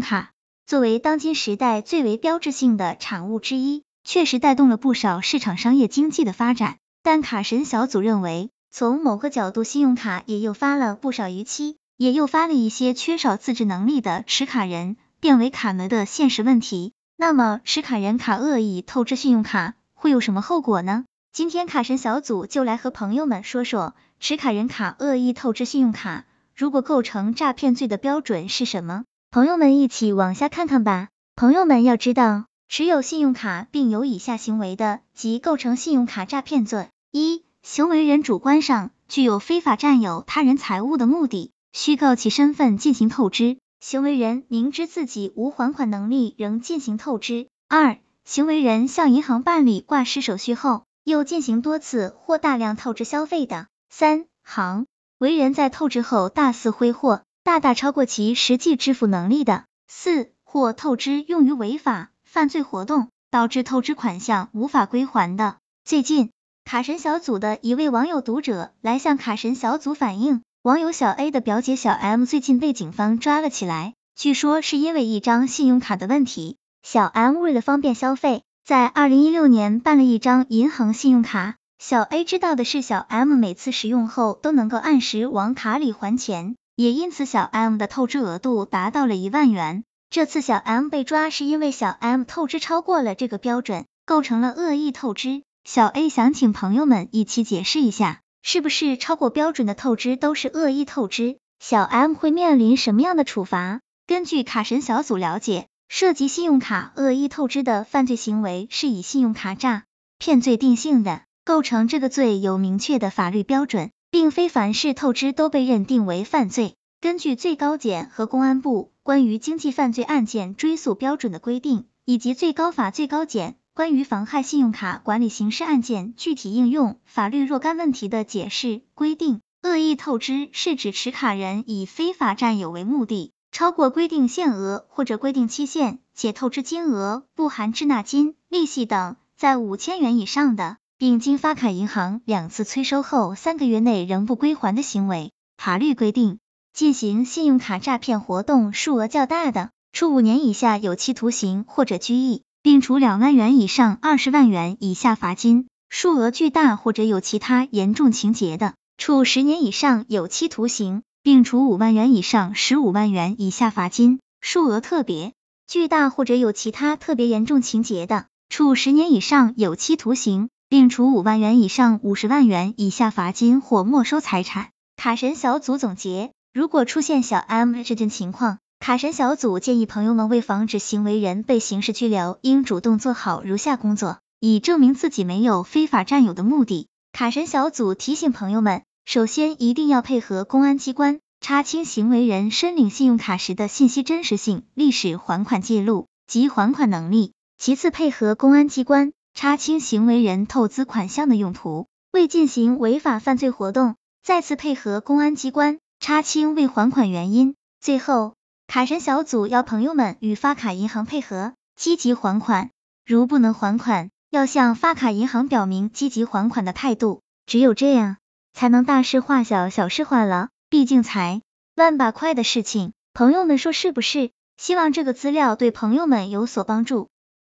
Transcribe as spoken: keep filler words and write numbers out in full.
卡作为当今时代最为标志性的产物之一，确实带动了不少市场商业经济的发展。但卡神小组认为，从某个角度，信用卡也诱发了不少逾期，也诱发了一些缺少自制能力的持卡人变为卡奴的现实问题。那么，持卡人卡恶意透支信用卡会有什么后果呢？今天卡神小组就来和朋友们说说，持卡人卡恶意透支信用卡如果构成诈骗罪的标准是什么？朋友们一起往下看看吧。朋友们要知道，持有信用卡并有以下行为的，即构成信用卡诈骗罪。一、行为人主观上具有非法占有他人财物的目的，虚构其身份进行透支，行为人明知自己无还款能力仍进行透支。二、行为人向银行办理挂失手续后，又进行多次或大量透支消费的。三、行为人在透支后大肆挥霍，大大超过其实际支付能力的。四、或透支用于违法犯罪活动，导致透支款项无法归还的。最近，卡神小组的一位网友读者来向卡神小组反映，网友小 A 的表姐小 M 最近被警方抓了起来，据说是因为一张信用卡的问题。小 M 为了方便消费，在二零一六年办了一张银行信用卡。小 A 知道的是，小 M 每次使用后都能够按时往卡里还钱，也因此小 M 的透支额度达到了一万元。这次小 M 被抓是因为小 M 透支超过了这个标准，构成了恶意透支。小 A 想请朋友们一起解释一下，是不是超过标准的透支都是恶意透支？小 M 会面临什么样的处罚？根据卡神小组了解，涉及信用卡恶意透支的犯罪行为是以信用卡诈骗罪定性的，构成这个罪有明确的法律标准，并非凡是透支都被认定为犯罪。根据最高检和公安部关于经济犯罪案件追诉标准的规定，以及最高法、最高检关于妨害信用卡管理刑事案件具体应用法律若干问题的解释规定，恶意透支是指持卡人以非法占有为目的，超过规定限额或者规定期限，且透支金额不含滞纳金、利息等在五千元以上的，并经发卡银行两次催收后三个月内仍不归还的行为。法律规定，进行信用卡诈骗活动数额较大的，处五年以下有期徒刑或者拘役，并处两万元以上二十万元以下罚金；数额巨大或者有其他严重情节的，处十年以上有期徒刑，并处五万元以上十五万元以下罚金；数额特别巨大或者有其他特别严重情节的，处十年以上有期徒刑，并处五万元以上五十万元以下罚金或没收财产。卡神小组总结，如果出现小 M 这种情况，卡神小组建议朋友们为防止行为人被刑事拘留，应主动做好如下工作，以证明自己没有非法占有的目的。卡神小组提醒朋友们，首先一定要配合公安机关查清行为人申领信用卡时的信息真实性、历史还款记录及还款能力；其次配合公安机关查清行为人透支款项的用途，未进行违法犯罪活动；再次配合公安机关查清未还款原因。最后，卡神小组要朋友们与发卡银行配合，积极还款。如不能还款，要向发卡银行表明积极还款的态度，只有这样，才能大事化小，小事化了。毕竟财万把块的事情，朋友们说是不是？希望这个资料对朋友们有所帮助。